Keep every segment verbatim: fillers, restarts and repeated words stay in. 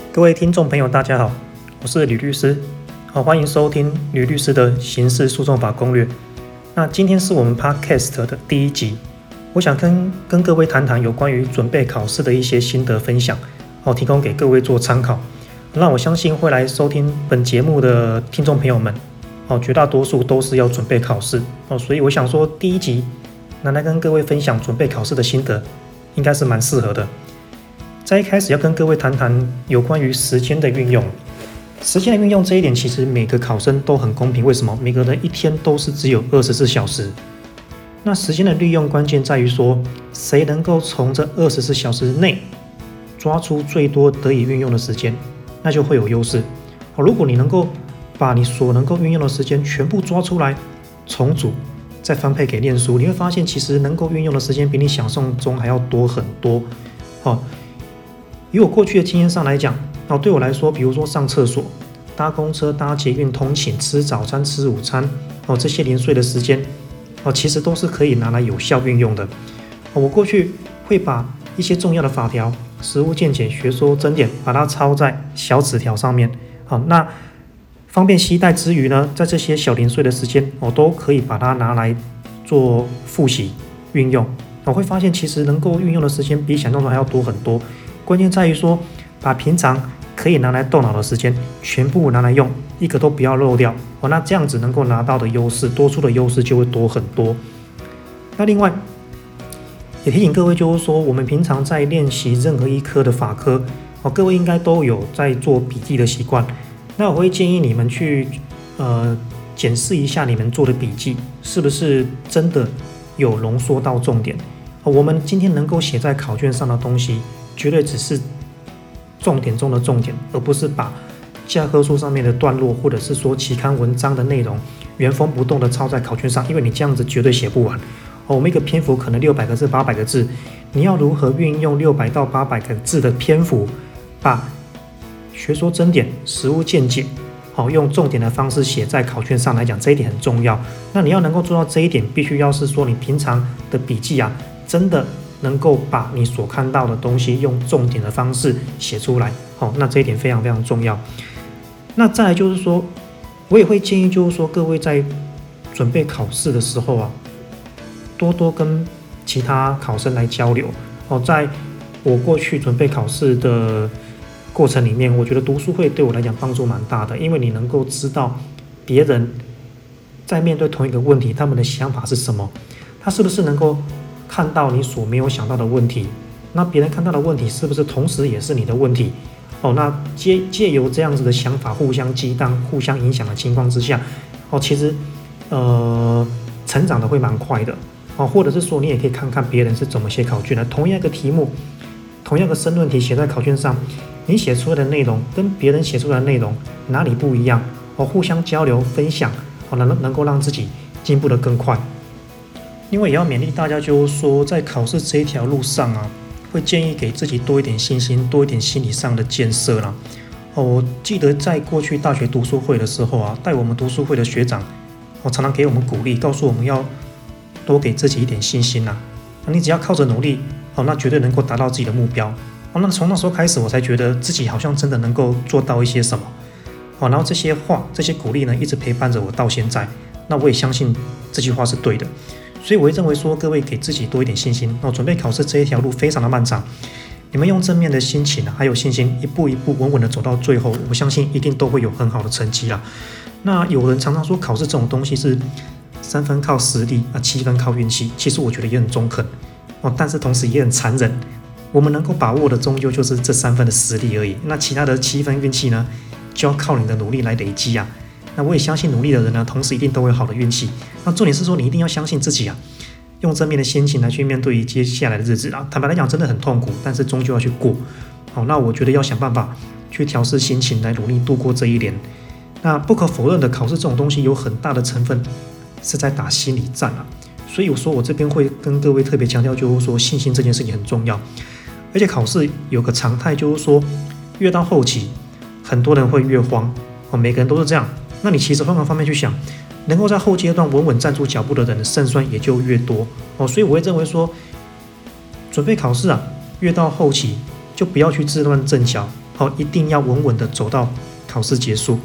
各位听众朋友，大家好，我是吕律师，好，欢迎收听吕律师的刑事诉讼法攻略。那今天是我们 Podcast 的第一集，我想跟跟各位谈谈有关于准备考试的一些心得分享，好，提供给各位做参考。那我相信会来收听本节目的听众朋友们，好，绝大多数都是要准备考试，哦，所以我想说第一集拿来跟各位分享准备考试的心得，应该是蛮适合的。在一开始要跟各位谈谈有关于时间的运用。时间的运用这一点，其实每个考生都很公平。为什么？每个人一天都是只有二十四小时。那时间的利用关键在于说，谁能够从这二十四小时内抓出最多得以运用的时间，那就会有优势。如果你能够把你所能够运用的时间全部抓出来，重组再分配给念书，你会发现其实能够运用的时间比你想象中还要多很多。好，以我过去的经验上来讲，哦，对我来说，比如说上厕所、搭公车、搭捷运通勤、吃早餐、吃午餐，哦，这些零碎的时间，哦，其实都是可以拿来有效运用的。哦，我过去会把一些重要的法条、实务见解、学说争点，把它抄在小纸条上面。好，那方便携带之余呢，在这些小零碎的时间，我都可以把它拿来做复习运用。我会发现，其实能够运用的时间比想象中还要多很多。关键在于说，把平常可以拿来动脑的时间全部拿来用，一个都不要漏掉。哦，那这样子能够拿到的优势，多出的优势就会多很多。那另外也提醒各位，就是说我们平常在练习任何一科的法科，哦，各位应该都有在做笔记的习惯。那我会建议你们去呃检视一下你们做的笔记是不是真的有浓缩到重点。哦，我们今天能够写在考卷上的东西，绝对只是重点中的重点，而不是把教科书上面的段落或者是说期刊文章的内容原封不动的抄在考卷上，因为你这样子绝对写不完。哦，我们一个篇幅可能六百个字、八百个字，你要如何运用六百到八百个字的篇幅，把学说争点、实务见解，好，用重点的方式写在考卷上来讲，这一点很重要。那你要能够做到这一点，必须要是说你平常的笔记啊，真的能够把你所看到的东西用重点的方式写出来，好，那这一点非常非常重要。那再来就是说，我也会建议就是说，各位在准备考试的时候啊，多多跟其他考生来交流。哦，在我过去准备考试的过程里面，我觉得读书会对我来讲帮助蛮大的，因为你能够知道别人在面对同一个问题，他们的想法是什么，他是不是能够看到你所没有想到的问题，那别人看到的问题是不是同时也是你的问题？哦，那借借由这样子的想法互相激荡、互相影响的情况之下，哦，其实呃成长的会蛮快的。哦，或者是说你也可以看看别人是怎么写考卷的，同样一个题目，同样的申论题写在考卷上，你写出来的内容跟别人写出来的内容哪里不一样？哦，互相交流分享，哦，能能够让自己进步得更快。因为也要勉励大家，就是说在考试这一条路上啊，会建议给自己多一点信心，多一点心理上的建设啦。哦，我记得在过去大学读书会的时候啊，带我们读书会的学长，哦，常常给我们鼓励，告诉我们要多给自己一点信心啦。你只要靠着努力，哦，那绝对能够达到自己的目标。哦，那从那时候开始，我才觉得自己好像真的能够做到一些什么。哦，然后这些话、这些鼓励呢，一直陪伴着我到现在。那我也相信这句话是对的。所以我会认为说，各位给自己多一点信心。哦，准备考试这一条路非常的漫长，你们用正面的心情还有信心，一步一步稳稳的走到最后，我相信一定都会有很好的成绩啦。那有人常常说，考试这种东西是三分靠实力啊，七分靠运气。其实我觉得也很中肯哦，但是同时也很残忍。我们能够把握的终究就是这三分的实力而已，那其他的七分运气呢，就要靠你的努力来累积啊。那我也相信努力的人呢，同时一定都会有好的运气。那重点是说，你一定要相信自己啊，用正面的心情来去面对接下来的日子啊。坦白来讲，真的很痛苦，但是终究要去过。好，那我觉得要想办法去调试心情，来努力度过这一年。那不可否认的，考试这种东西有很大的成分是在打心理战啊。所以我说我这边会跟各位特别强调，就是说信心这件事情很重要。而且考试有个常态，就是说越到后期，很多人会越慌，哦，每个人都是这样。那你其实换个方面去想，能够在后阶段稳稳站住脚步的人，胜算也就越多哦。所以我会认为说，准备考试啊，越到后期就不要去自乱阵脚， 好，一定要稳稳的走到考试结束。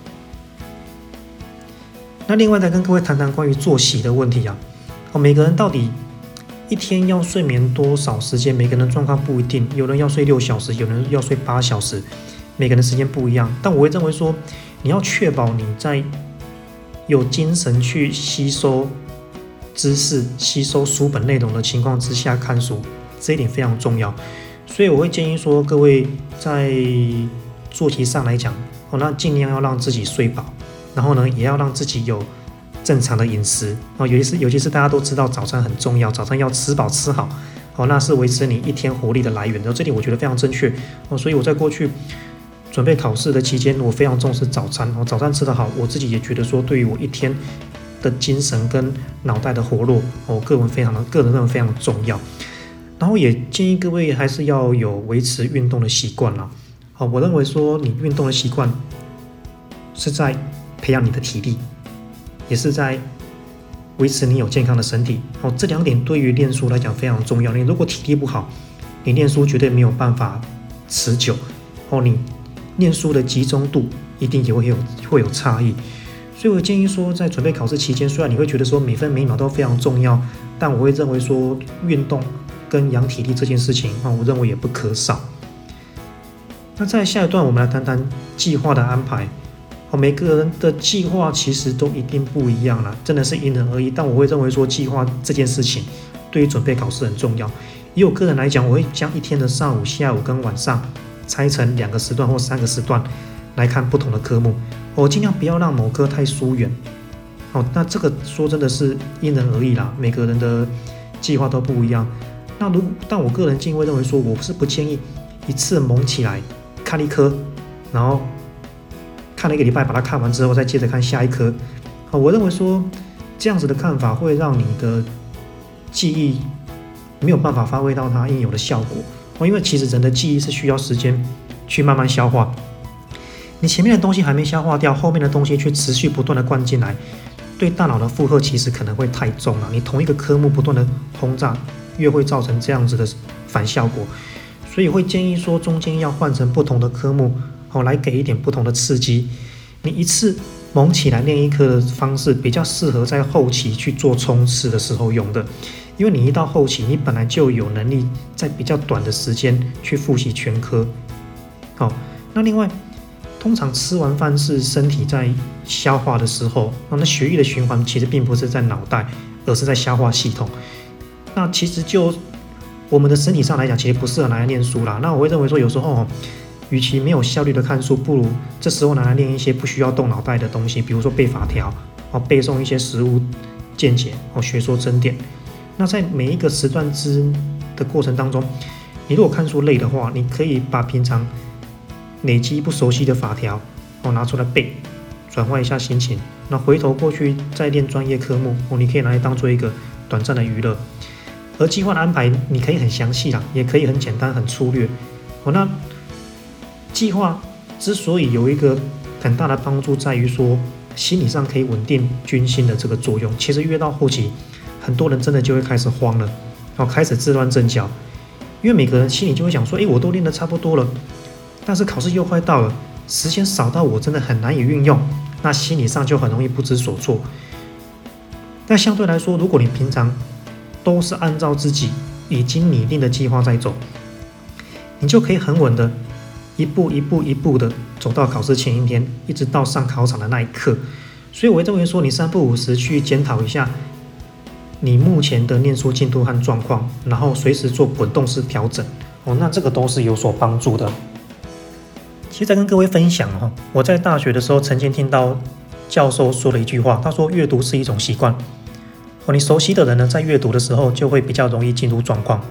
那另外再跟各位谈谈关于作息的问题啊，每个人到底一天要睡眠多少时间？每个人的状况不一定，有人要睡六小时，有人要睡八小时，每个人时间不一样。但我会认为说，你要确保你在有精神去吸收知识、吸收书本内容的情况之下看书，这一点非常重要。所以我会建议说，各位在作息上来讲，哦，那尽量要让自己睡饱，然后呢，也要让自己有正常的饮食哦，尤其是尤其是大家都知道早餐很重要，早餐要吃饱吃好哦，那是维持你一天活力的来源的。这点我觉得非常正确哦，所以我在过去准备考试的期间，我非常重视早餐哦，早餐吃得好，我自己也觉得说，对于我一天的精神跟脑袋的活络哦，个人非常的个人认为非常重要。然后也建议各位还是要有维持运动的习惯啦。好，我认为说你运动的习惯是在培养你的体力，也是在维持你有健康的身体。哦，这两点对于念书来讲非常重要。你如果体力不好，你念书绝对没有办法持久。哦，你念书的集中度一定也会有会有差异。所以我建议说，在准备考试期间，虽然你会觉得说每分每秒都非常重要，但我会认为说运动跟养体力这件事情啊，我认为也不可少。那在下一段，我们来谈谈计划的安排。哦，每个人的计划其实都一定不一样啦，真的是因人而异。但我会认为说，计划这件事情对于准备考试很重要。以我个人来讲，我会将一天的上午、下午跟晚上拆成两个时段或三个时段来看不同的科目。我尽量不要让某科太疏远。哦，那这个说真的是因人而异啦，每个人的计划都不一样。那如但我个人建议会认为说，我是不建议一次猛起来看一科，然后看了一个礼拜，把它看完之后再接着看下一科。好，我认为说这样子的看法会让你的记忆没有办法发挥到它应有的效果。哦，因为其实人的记忆是需要时间去慢慢消化。你前面的东西还没消化掉，后面的东西却持续不断的灌进来，对大脑的负荷其实可能会太重了。你同一个科目不断的轰炸，越会造成这样子的反效果。所以会建议说，中间要换成不同的科目，好，来给一点不同的刺激。你一次猛起来练一科的方式，比较适合在后期去做冲刺的时候用的。因为你一到后期，你本来就有能力在比较短的时间去复习全科。好，那另外，通常吃完饭是身体在消化的时候，那血液的循环其实并不是在脑袋，而是在消化系统。那其实就我们的身体上来讲，其实不适合拿来念书啦。那我会认为说，有时候与其没有效率的看书，不如这时候拿来练一些不需要动脑袋的东西，比如说背法条，背诵一些实务见解，学说争点。那在每一个时段之的过程当中，你如果看书累的话，你可以把平常累积不熟悉的法条拿出来背，转换一下心情。那回头过去再练专业科目，你可以拿来当做一个短暂的娱乐。而计划的安排，你可以很详细啦，也可以很简单、很粗略。那计划之所以有一个很大的帮助，在于说心理上可以稳定军心的这个作用。其实越到后期，很多人真的就会开始慌了，开始自乱阵脚，因为每个人心里就会想说：哎，我都练得差不多了，但是考试又快到了，时间少到我真的很难以运用，那心理上就很容易不知所措。但相对来说，如果你平常都是按照自己已经拟定的计划在走，你就可以很稳的一步一步一步的走到考试前一天，一直到上考场的那一刻。所以我会认为说，你三不五时去检讨一下你目前的念书进度和状况，然后随时做滚动式调整，哦，那这个都是有所帮助的。其实在跟各位分享哦，我在大学的时候曾经听到教授说了一句话，他说阅读是一种习惯。哦，你熟悉的人呢，在阅读的时候就会比较容易进入状况。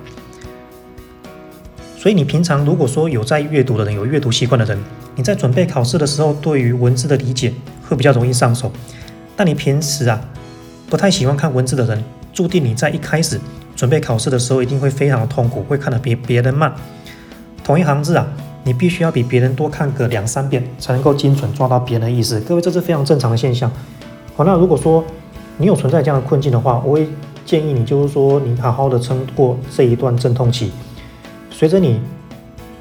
所以你平常如果说有在阅读的人，有阅读习惯的人，你在准备考试的时候，对于文字的理解会比较容易上手。但你平时啊不太喜欢看文字的人，注定你在一开始准备考试的时候一定会非常的痛苦，会看得比别人慢。同一行字啊，你必须要比别人多看个两三遍，才能够精准抓到别人的意思。各位，这是非常正常的现象。好，那如果说你有存在这样的困境的话，我会建议你就是说，你好好的撑过这一段阵痛期。随着你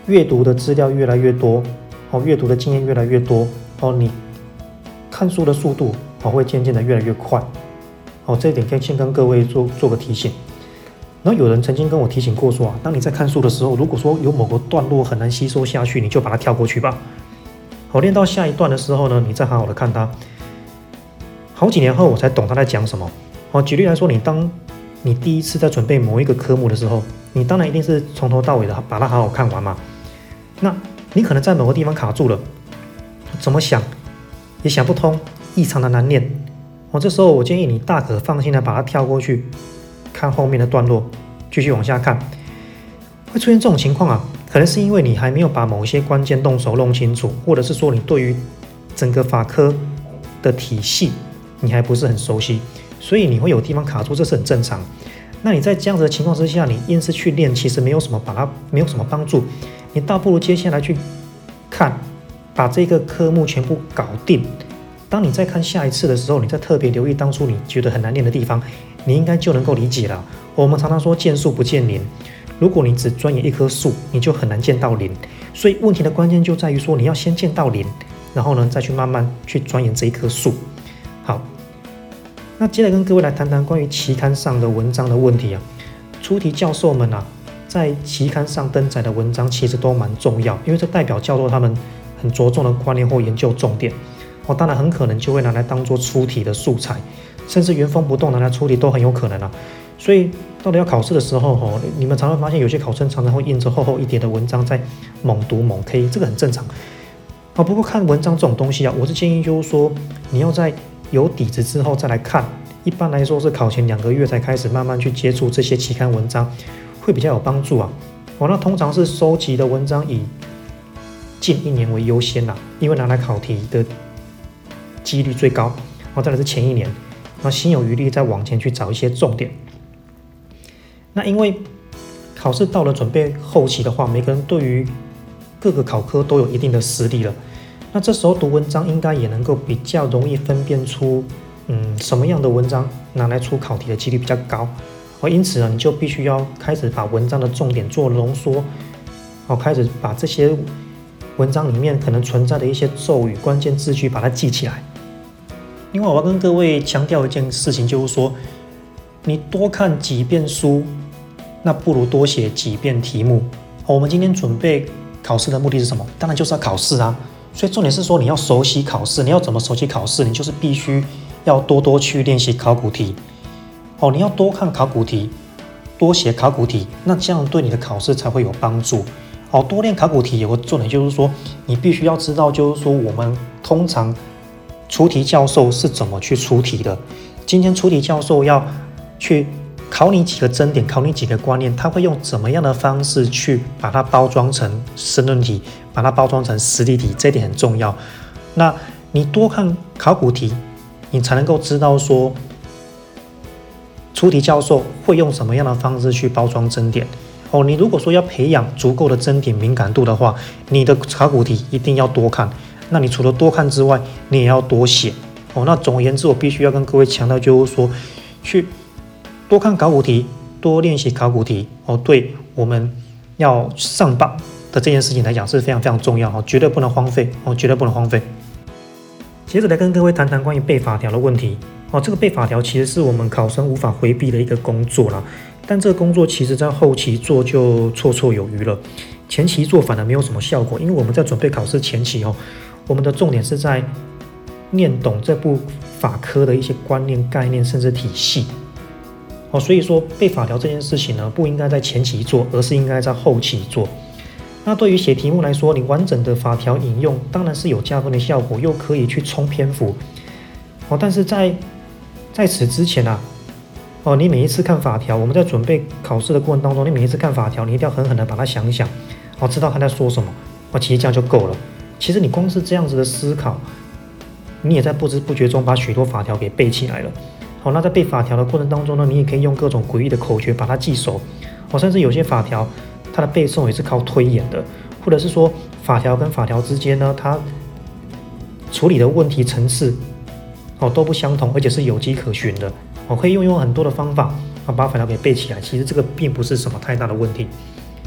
阅读的资料越来越多，哦，阅读的经验越来越多，哦，你看书的速度哦会渐渐的越来越快，哦，这一点可以先跟各位做做个提醒。然后有人曾经跟我提醒过说啊，当你在看书的时候，如果说有某个段落很难吸收下去，你就把它跳过去吧。好，练到下一段的时候呢，你再好好的看它。好几年后我才懂他在讲什么。好，举例来说，你当你第一次在准备某一个科目的时候，你当然一定是从头到尾的把它好好看完嘛。那你可能在某个地方卡住了，怎么想也想不通，异常的难念。哦，这时候我建议你大可放心的把它跳过去，看后面的段落，继续往下看。会出现这种情况啊，可能是因为你还没有把某些关键动手弄清楚，或者是说你对于整个法科的体系你还不是很熟悉，所以你会有地方卡住，这是很正常。那你在这样子的情况之下，你硬是去练，其实没有什么把它没有什么帮助。你倒不如接下来去看，把这个科目全部搞定。当你再看下一次的时候，你再特别留意当初你觉得很难练的地方，你应该就能够理解了。我们常常说见树不见林，如果你只钻研一棵树，你就很难见到林。所以问题的关键就在于说，你要先见到林，然后呢再去慢慢去钻研这一棵树。好，那接着跟各位来谈谈关于期刊上的文章的问题啊。出题教授们啊，在期刊上登载的文章其实都蛮重要，因为这代表教授他们很着重的观念或研究重点。哦，当然很可能就会拿来当做出题的素材，甚至原封不动拿来出题都很有可能啊。所以到底要考试的时候，哦，你们常常发现有些考生常常会印着厚厚一叠的文章在猛读猛 K， 这个很正常。啊，不过看文章这种东西啊，我是建议就是说，你要在有底子之后再来看。一般来说是考前两个月才开始慢慢去接触这些期刊文章，会比较有帮助啊。哦，那通常是收集的文章以近一年为优先啦，因为拿来考题的几率最高。然后再来是前一年，然后心有余力再往前去找一些重点。那因为考试到了准备后期的话，每个人对于各个考科都有一定的实力了。那这时候读文章应该也能够比较容易分辨出，嗯，什么样的文章拿来出考题的几率比较高。哦，因此呢，你就必须要开始把文章的重点做浓缩，哦，开始把这些文章里面可能存在的一些咒语、关键字句把它记起来。另外，我要跟各位强调一件事情，就是说，你多看几遍书，那不如多写几遍题目。哦，我们今天准备考试的目的是什么？当然就是要考试啊。所以重点是说，你要熟悉考试。你要怎么熟悉考试？你就是必须要多多去练习考古题。哦，你要多看考古题，多写考古题，那这样对你的考试才会有帮助。哦，多练考古题有个重点就是说，你必须要知道，就是说我们通常出题教授是怎么去出题的。今天出题教授要去考你几个争点，考你几个观念，他会用怎么样的方式去把它包装成申论题，把它包装成实例题，这一点很重要。那你多看考古题，你才能够知道说出题教授会用什么样的方式去包装争点。哦，你如果说要培养足够的争点敏感度的话，你的考古题一定要多看。那你除了多看之外，你也要多写。哦，那总而言之，我必须要跟各位强调，就是说，去多看考古题，多练习考古题。哦，对我们要上榜的这件事情来讲是非常非常重要。哦，绝对不能荒废。哦，绝对不能荒废。接着来跟各位谈谈关于背法条的问题。哦，这个背法条其实是我们考生无法回避的一个工作啦。但这个工作其实在后期做就绰绰有余了，前期做反而没有什么效果，因为我们在准备考试前期哦，我们的重点是在念懂这部法科的一些观念、概念甚至体系。哦，所以说背法条这件事情呢，不应该在前期做，而是应该在后期做。那对于写题目来说，你完整的法条引用当然是有加分的效果，又可以去冲篇幅。哦，但是在在此之前啊。哦，你每一次看法条，我们在准备考试的过程当中，你每一次看法条，你一定要狠狠的把它想一想，哦，知道他在说什么，哦，其实这样就够了。其实你光是这样子的思考，你也在不知不觉中把许多法条给背起来了。好，那在背法条的过程当中呢，你也可以用各种诡异的口诀把它记熟。哦，甚至有些法条，它的背诵也是靠推演的，或者是说法条跟法条之间呢，它处理的问题层次，哦，都不相同，而且是有迹可循的。我可以用用很多的方法把法条给背起来，其实这个并不是什么太大的问题。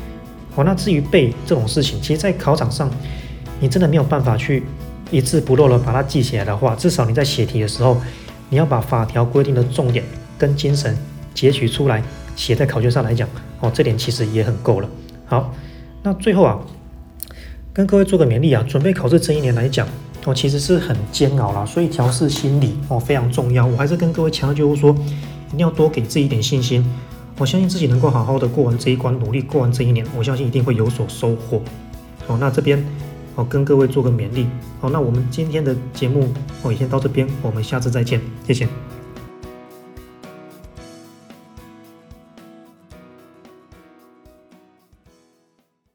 哦，那至于背这种事情，其实在考场上你真的没有办法去一字不漏的把它记起来的话，至少你在写题的时候，你要把法条规定的重点跟精神截取出来，写在考卷上来讲，哦，这点其实也很够了。好，那最后啊，跟各位做个勉励啊，准备考试这一年来讲，哦，其实是很煎熬啦，所以调试心理哦非常重要。我还是跟各位强调就是说，一定要多给自己一点信心。我相信自己能够好好的过完这一关，努力过完这一年，我相信一定会有所收获。哦，那这边哦跟各位做个勉励。好，那我们今天的节目哦也先到这边，我们下次再见，谢谢。